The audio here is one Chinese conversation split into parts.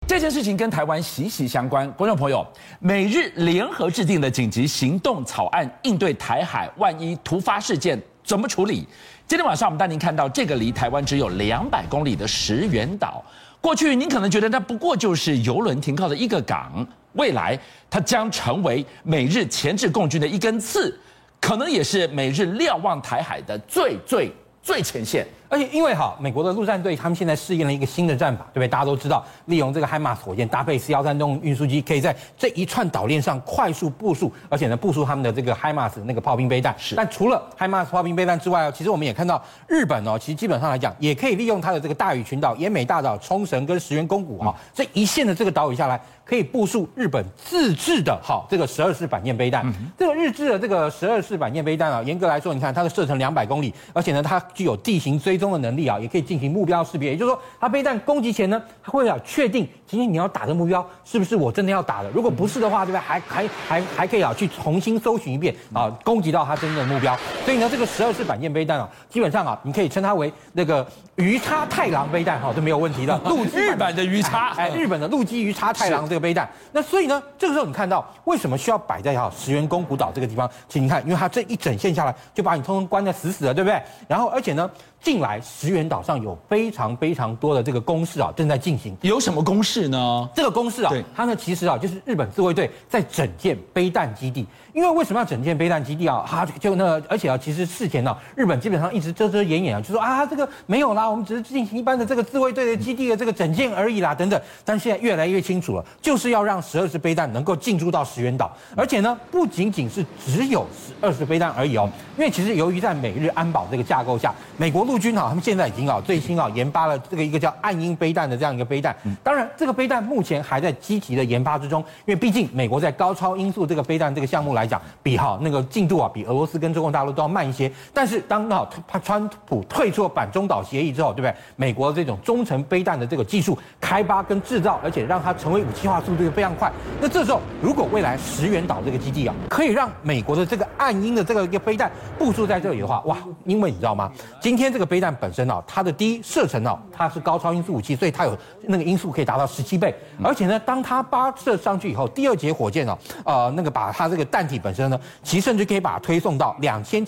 这件事情跟台湾息息相关，观众朋友，美日联合制定的紧急行动草案，应对台海万一突发事件怎么处理？今天晚上我们带您看到这个离台湾只有200公里的石垣岛，过去您可能觉得那不过就是邮轮停靠的一个港，未来它将成为美日钳制共军的一根刺，可能也是美日瞭望台海的最前线。 而且因为美国的陆战队他们现在试验了一个新的战法，对不对？大家都知道，利用这个海马斯火箭搭配C-130运输机，可以在这一串岛链上快速部署，而且呢部署他们的这个海马斯那个炮兵飞弹。但除了海马斯炮兵飞弹之外其实我们也看到日本其实基本上来讲，也可以利用它的这个大隅群岛、奄美大岛、冲绳跟石垣宫古这一线的这个岛屿下来，可以部署日本自制的这个12式反舰飞弹。这个日制的这个12式反舰飞弹严格来说，你看它的射程200公里，而且呢它具有地形追踪的能力也可以进行目标识别。也就是说，它飞弹攻击前呢，它会确定今天你要打的目标是不是我真的要打的。如果不是的话，对不对？还可以去重新搜寻一遍攻击到它真正的目标。所以呢，这个12式反舰飞弹基本上你可以称它为那个鱼叉太郎飞弹这没有问题的。 日本的鱼叉， 日本的陆基鱼叉太郎这个飞弹。那所以呢，这个时候你看到为什么需要摆在石垣宫古岛这个地方？其实你看，因为它这一整线下来就把你通通关得死死的，对不对？然后而且呢，近来石垣岛上有非常多的这个攻势正在进行。 有什么攻势呢？ 这个攻势它呢其实就是日本自卫队在整建飞弹基地。因为为什么要整建飞弹基地它就而且其实事前日本基本上一直遮遮掩掩就说这个没有啦，我们只是进行一般的这个自卫队的基地的这个整建而已啦等等。但现在越来越清楚了，就是要让12式飞弹能够进驻到石垣岛，而且呢不仅仅是只有12式飞弹而已因为其实由于在美日安保这个架构下，美国陆军他们现在已经最新研发了这个一个叫暗鹰飞弹的这样一个飞弹。当然这个飞弹目前还在积极的研发之中，因为毕竟美国在高超音速这个飞弹这个项目来讲，比那个进度比俄罗斯跟中国大陆都要慢一些。但是当川普退出了反中导协议之后，对不对？美国这种中程飞弹的这个技术开发跟制造，而且让它成为武器化速度非常快。那这时候如果未来石垣岛这个基地可以让美国的这个暗鹰的这个一个飞弹部署在这里的话，哇！因为你知道吗？今天这个飞弹本身它的第一射程它是高超音速武器，所以它有那个音速可以达到17倍。而且呢，当它发射上去以后，第二节火箭那个把它这个弹体本身呢，其实甚至可以把它推送到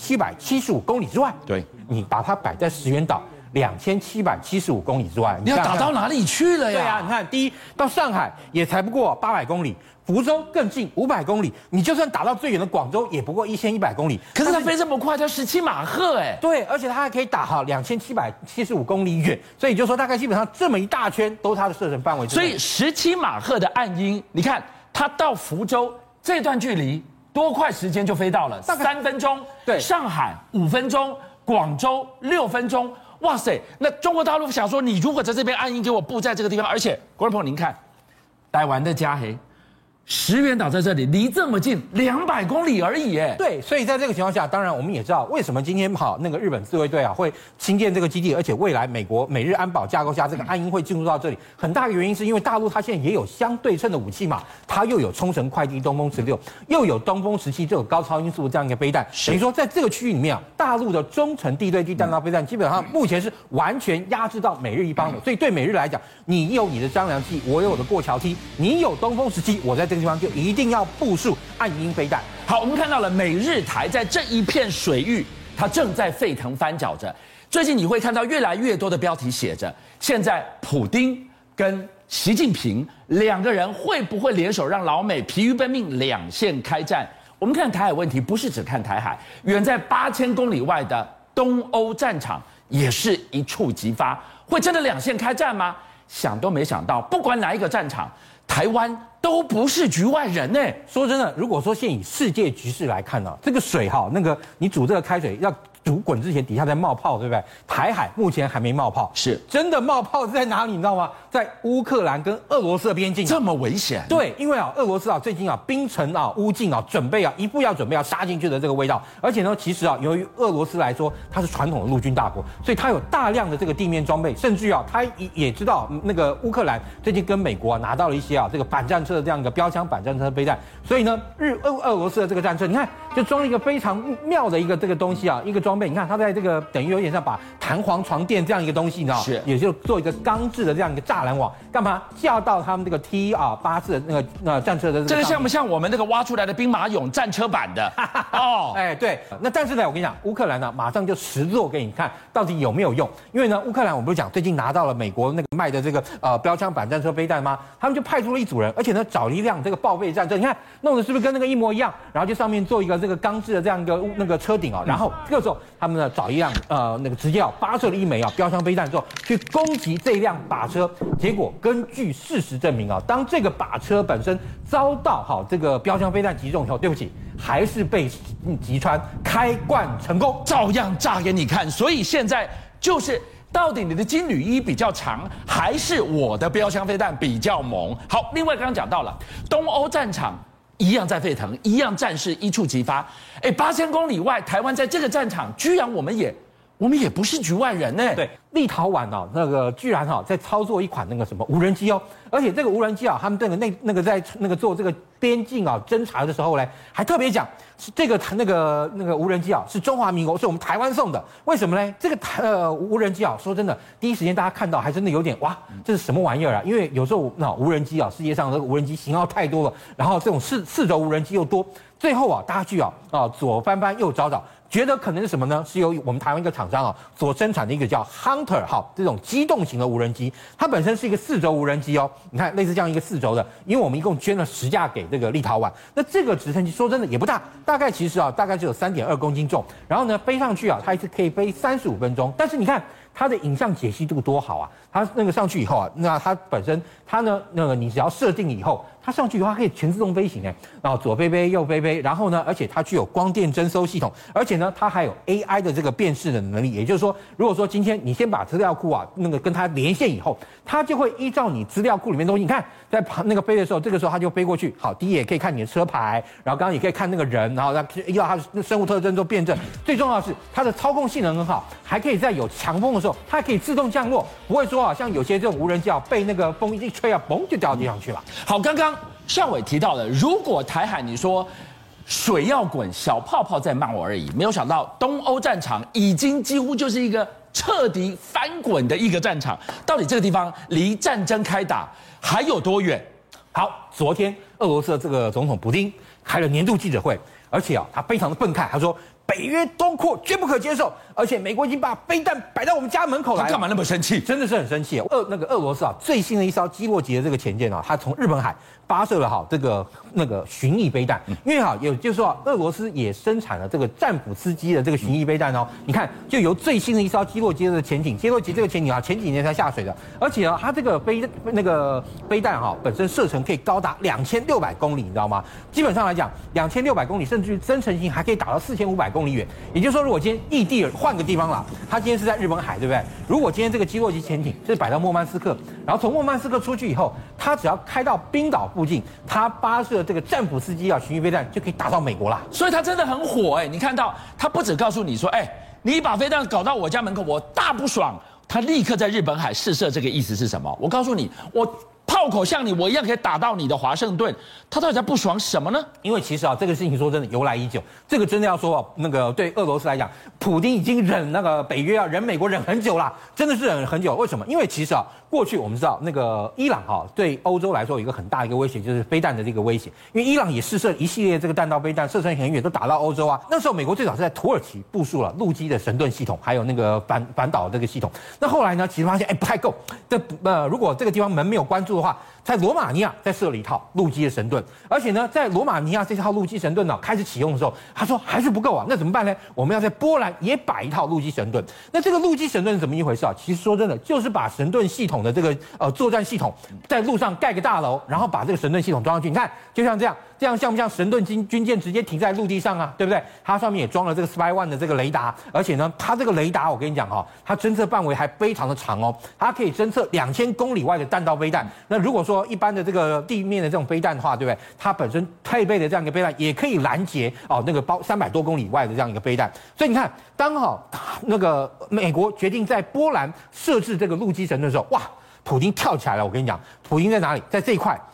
2775公里之外。 对， 你把它摆在石垣岛2775公里之外， 你要打到哪里去了呀？ 对啊，你看，第一到上海也才不过800公里。福州更近500公里，你就算打到最远的广州，也不过1100公里。 可是它飞这么快，它17马赫对，而且它还可以打2775公里远，所以就说大概基本上这么一大圈都是它的射程范围之内。 所以17马赫的暗鹰，你看它到福州这段距离多快时间就飞到了，3分钟。 对， 上海5分钟，广州6分钟。哇塞，那中国大陆想说，你如果在这边暗鹰给我布在这个地方，而且观众朋友您看，台湾的嘉黑。石垣岛在这里，离这么近，200公里而已对，所以在这个情况下，当然我们也知道为什么今天那个日本自卫队会新建这个基地，而且未来美日安保架构下，这个暗鹰会进入到这里，很大的原因是因为大陆它现在也有相对称的武器嘛，它又有冲绳快递东风16，又有东风17这种高超音速的这样一个飞弹，等于说在这个区域里面大陆的中程地对地弹道飞弹基本上目前是完全压制到美日一方的，所以对美日来讲，你有你的张良计，我有我的过桥梯，你有东风17，我在这个地方就一定要部署暗鹰飞弹。 好，我们看到了美日台在这一片水域，它正在沸腾翻搅着。最近你会看到越来越多的标题写着：现在普丁跟习近平2个人会不会联手让老美疲于奔命，两线开战？我们看台海问题，不是只看台海，远在8000公里外的东欧战场也是一触即发。会真的两线开战吗？想都没想到，不管哪一个战场，台湾都不是局外人说真的，如果说现以世界局势来看这个水那个你煮这个开水要煮滚之前底下在冒泡，对不对？台海目前还没冒泡， 是真的冒泡是在哪里？你知道吗？在乌克兰跟俄罗斯的边境。 这么危险？ 对，因为俄罗斯最近兵城乌境准备一步要准备要杀进去的这个味道。而且呢，其实由于俄罗斯来说，它是传统的陆军大国，所以它有大量的这个地面装备，甚至它也知道那个乌克兰最近跟美国拿到了一些这个反战车的这样一个标枪反战车飞弹，所以呢，俄罗斯的这个战车，你看就装了一个非常妙的一个这个东西一个装备，你看它在这个等于有点像把弹簧床垫这样一个东西，你知道，也就做一个钢制的这样一个栅栏网，干嘛架到他们这个 T-84的那个战车的这个像不像我们那个挖出来的兵马俑战车版的？哦， 哎，对。那但是呢，我跟你讲，乌克兰呢马上就实做给你看，到底有没有用？因为呢，乌克兰我们不是讲最近拿到了美国那个卖的这个标枪版战车飞弹吗？他们就派出了一组人，而且呢找了一辆这个报废战车，你看弄的是不是跟那个一模一样？然后就上面做一个这个钢制的这样一个那个车顶啊，然后这个时候他们呢找一辆那个直接发射了一枚标枪飞弹之后去攻击这辆靶车，结果根据事实证明啊，当这个靶车本身遭到这个标枪飞弹击中以后，对不起，还是被击穿，开罐成功， 照样炸给你看。所以现在就是到底你的金缕衣比较长，还是我的标枪飞弹比较猛？好，另外刚刚讲到了东欧战场一样在沸腾，一样战事一触即发。8000公里外，台湾在这个战场，居然我们也不是局外人呢。 对，立陶宛那个居然在操作一款那个什么无人机哦，而且这个无人机他们那个在那个做这个边境侦察的时候呢，还特别讲是这个那个无人机是中华民国，是我们台湾送的。为什么呢？这个无人机说真的，第一时间大家看到还真的有点哇，这是什么玩意儿啊？因为有时候无人机世界上的无人机型号太多了，然后这种四轴无人机又多，最后大家去左翻翻右找找。觉得可能是什么呢？是由我们台湾一个厂商所生产的一个叫 Hunter 这种机动型的无人机，它本身是一个4轴无人机哦。你看类似这样一个4轴的，因为我们一共捐了10架给这个立陶宛。那这个直升机说真的也不大，大概其实大概只有3.2公斤重，然后呢飞上去它一次可以飞35分钟。但是你看它的影像解析度多好啊！它那个上去以后那它本身它呢你只要设定以后。它上去的话可以全自动飞行然后左飞飞右飞飞，然后呢，而且它具有光电侦搜系统，而且呢，它还有 AI 的这个辨识的能力。也就是说，如果说今天你先把资料库那个跟它连线以后，它就会依照你资料库里面的东西，你看在那个飞的时候，这个时候它就飞过去。好，第一也可以看你的车牌，然后刚刚也可以看那个人，然后它依照它的生物特征做辨证。最重要的是它的操控性能很好，还可以在有强风的时候，它还可以自动降落，不会说像有些这种无人机被那个风一吹嘣就掉地上去了。 好，刚刚尚伟提到了，如果台海你说水要滚，小泡泡在骂我而已，没有想到东欧战场已经几乎就是一个彻底翻滚的一个战场。到底这个地方离战争开打还有多远？ 好，昨天俄罗斯的这个总统普丁开了年度记者会，而且他非常的愤慨，他说北约东扩绝不可接受，而且美国已经把飞弹摆到我们家门口来了。 他干嘛那么生气？ 真的是很生气。俄罗斯最新的一艘基洛级的这个潜舰它从日本海发射了这个那个巡弋飞弹，因为也就是说俄罗斯也生产了这个战斧斯基的这个巡弋飞弹哦。你看，就由最新的一艘基洛级的潜艇，基洛级这个潜艇前几年才下水的，而且它这个飞弹本身射程可以高达2600公里，你知道吗？基本上来讲，2600公里甚至于增程型还可以打到4500公里远。也就是说，如果今天异地换个地方了，它今天是在日本海，对不对？如果今天这个基洛级潜艇是摆到莫曼斯克，然后从莫曼斯克出去以后，它只要开到冰岛附近，它发射这个战斧斯基巡弋飞弹就可以打到美国啦。 所以它真的很火你看到它不只告诉你说，你把飞弹搞到我家门口，我大不爽。它立刻在日本海试射，这个意思是什么？我告诉你，我炮口像你，我一样可以打到你的华盛顿。他到底在不爽什么呢？ 因为其实这个事情说真的由来已久，这个真的要说那个对俄罗斯来讲，普丁已经忍那个北约忍美国忍很久啦，真的是忍很久。为什么？因为其实过去我们知道那个伊朗对欧洲来说有一个很大的一个威胁，就是飞弹的这个威胁。因为伊朗也试射一系列这个弹道飞弹，射程很远，都打到欧洲啊。那时候美国最早是在土耳其部署了陆基的神盾系统，还有那个反导的这个系统。那后来呢，其实发现不太够。如果这个地方门没有关住的话，在罗马尼亚再设了一套陆基的神盾，而且呢，在罗马尼亚这套陆基神盾开始启用的时候，他说还是不够那怎么办呢？我们要在波兰也摆一套陆基神盾。那这个陆基神盾是怎么一回事其实说真的，就是把神盾系统的这个作战系统在路上盖个大楼，然后把这个神盾系统装上去。你看，就像这样像不像神盾军舰直接停在陆地上对不对？它上面也装了这个 Spy One 的这个雷达，而且呢，它这个雷达我跟你讲它侦测范围还非常的长它可以侦测2000公里外的弹道飞弹。那如果说一般的这个地面的这种飞弹的话，对不对？它本身配备的这样一个飞弹也可以拦截那个300多公里外的这样一个飞弹。所以你看，当那个美国决定在波兰设置这个陆基神盾的时候，哇！普丁跳起来了，我跟你讲，普丁在哪里？在这一块，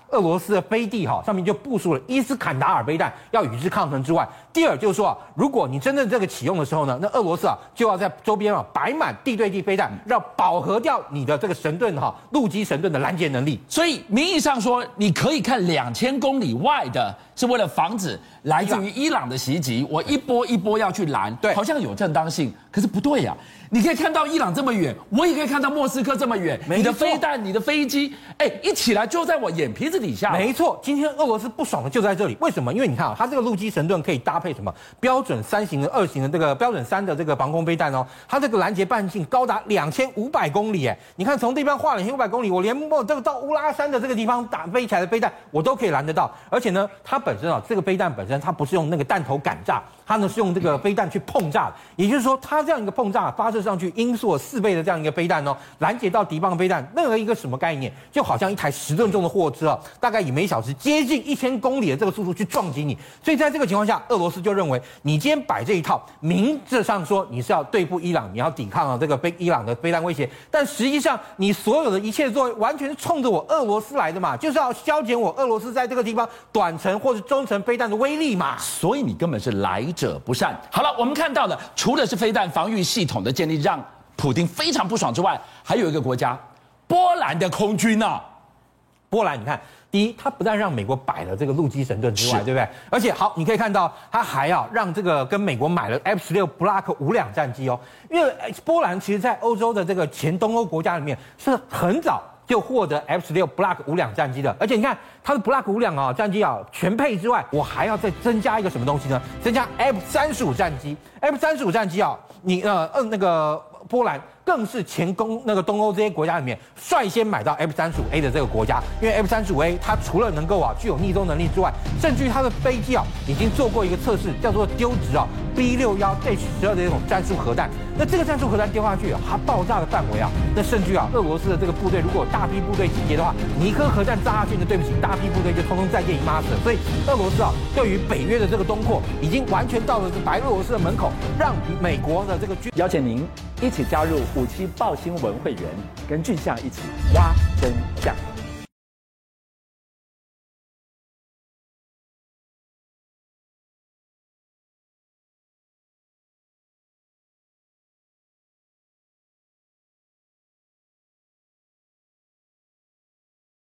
俄罗斯的飞地上面就部署了伊斯坎达尔飞弹，要与之抗衡之外，第二就是说如果你真正这个启用的时候呢，那俄罗斯就要在周边摆满地对地飞弹，让饱和掉你的这个神盾陆基神盾的拦截能力。 所以名义上说你可以看2000公里外的，是为了防止来自于伊朗的袭击，我一波一波要去拦， 对， 好像有正当性，可是不对呀。你可以看到伊朗这么远，我也可以看到莫斯科这么远，你的飞弹、你的飞机，一起来就在我眼皮子底下。 没错，今天俄罗斯不爽的就在这里。为什么？因为你看它这个陆基神盾可以搭配什么标准3型的、2型的这个标准3的这个防空飞弹哦，它这个拦截半径高达2500公里，你看从地方画2500公里，我连这个到乌拉山的这个地方飞起来的飞弹，我都可以拦得到。而且呢，它本身这个飞弹本身它不是用那个弹头赶炸，它呢是用这个飞弹去碰炸的，也就是说，它这样一个碰炸发射上去音速4倍的这样一个飞弹拦截到敌方飞弹，那个一个什么概念？就好像一台10吨重的货车大概以每小时接近1000公里的这个速度去撞击你。所以在这个情况下，俄罗斯就认为你今天摆这一套，明着上说你是要对付伊朗，你要抵抗这个伊朗的飞弹威胁，但实际上你所有的一切作为完全是冲着我俄罗斯来的嘛，就是要削减我俄罗斯在这个地方短程或者中程飞弹的威力嘛。 所以你根本是来者不善。好了，我们看到了，除了是飞弹防御系统的建立让普丁非常不爽之外，还有一个国家，波兰的空军啊。 波兰，你看，第一，它不但让美国摆了这个陆基神盾之外，对不对？而且好，你可以看到，它还要让这个跟美国买了 F-16 Block 5两战机哦。因为波兰其实在欧洲的这个前东欧国家里面是很早就获得 F-16 Block 5两战机的，而且你看它的 Block 5两战机全配之外，我还要再增加一个什么东西呢？增加 F-35战机。F-35战机你那个波兰更是前东欧这些国家里面率先买到 F-35A 的这个国家，因为 F-35A 它除了能够具有逆踪能力之外，甚至于它的飞机已经做过一个测试，叫做丢掷B61-12的这种战术核弹。那这个战术核弹丢下去它爆炸的范围那甚至于俄罗斯的这个部队如果有大批部队集结的话，你一颗核弹炸下去，那对不起，大批部队就通通再见姨妈死了。所以俄罗斯对于北约的这个东扩已经完全到了白俄罗斯的门口，让美国的这个邀请您一起加入57爆新闻会员，跟俊相一起挖真相。